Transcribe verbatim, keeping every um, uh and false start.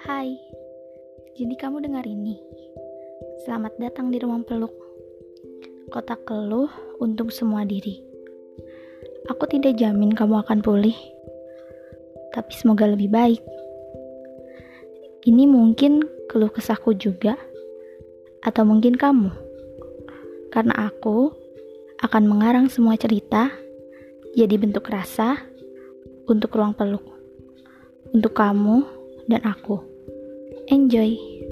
Hai, jadi kamu dengar ini. Selamat datang di Ruang Peluk. Kotak keluh untuk semua diri. Aku tidak jamin kamu akan pulih, tapi semoga lebih baik. Ini mungkin keluh kesahku juga, atau mungkin kamu. Karena aku akan mengarang semua cerita jadi bentuk rasa untuk ruang peluk. Untuk kamu dan aku. Enjoy!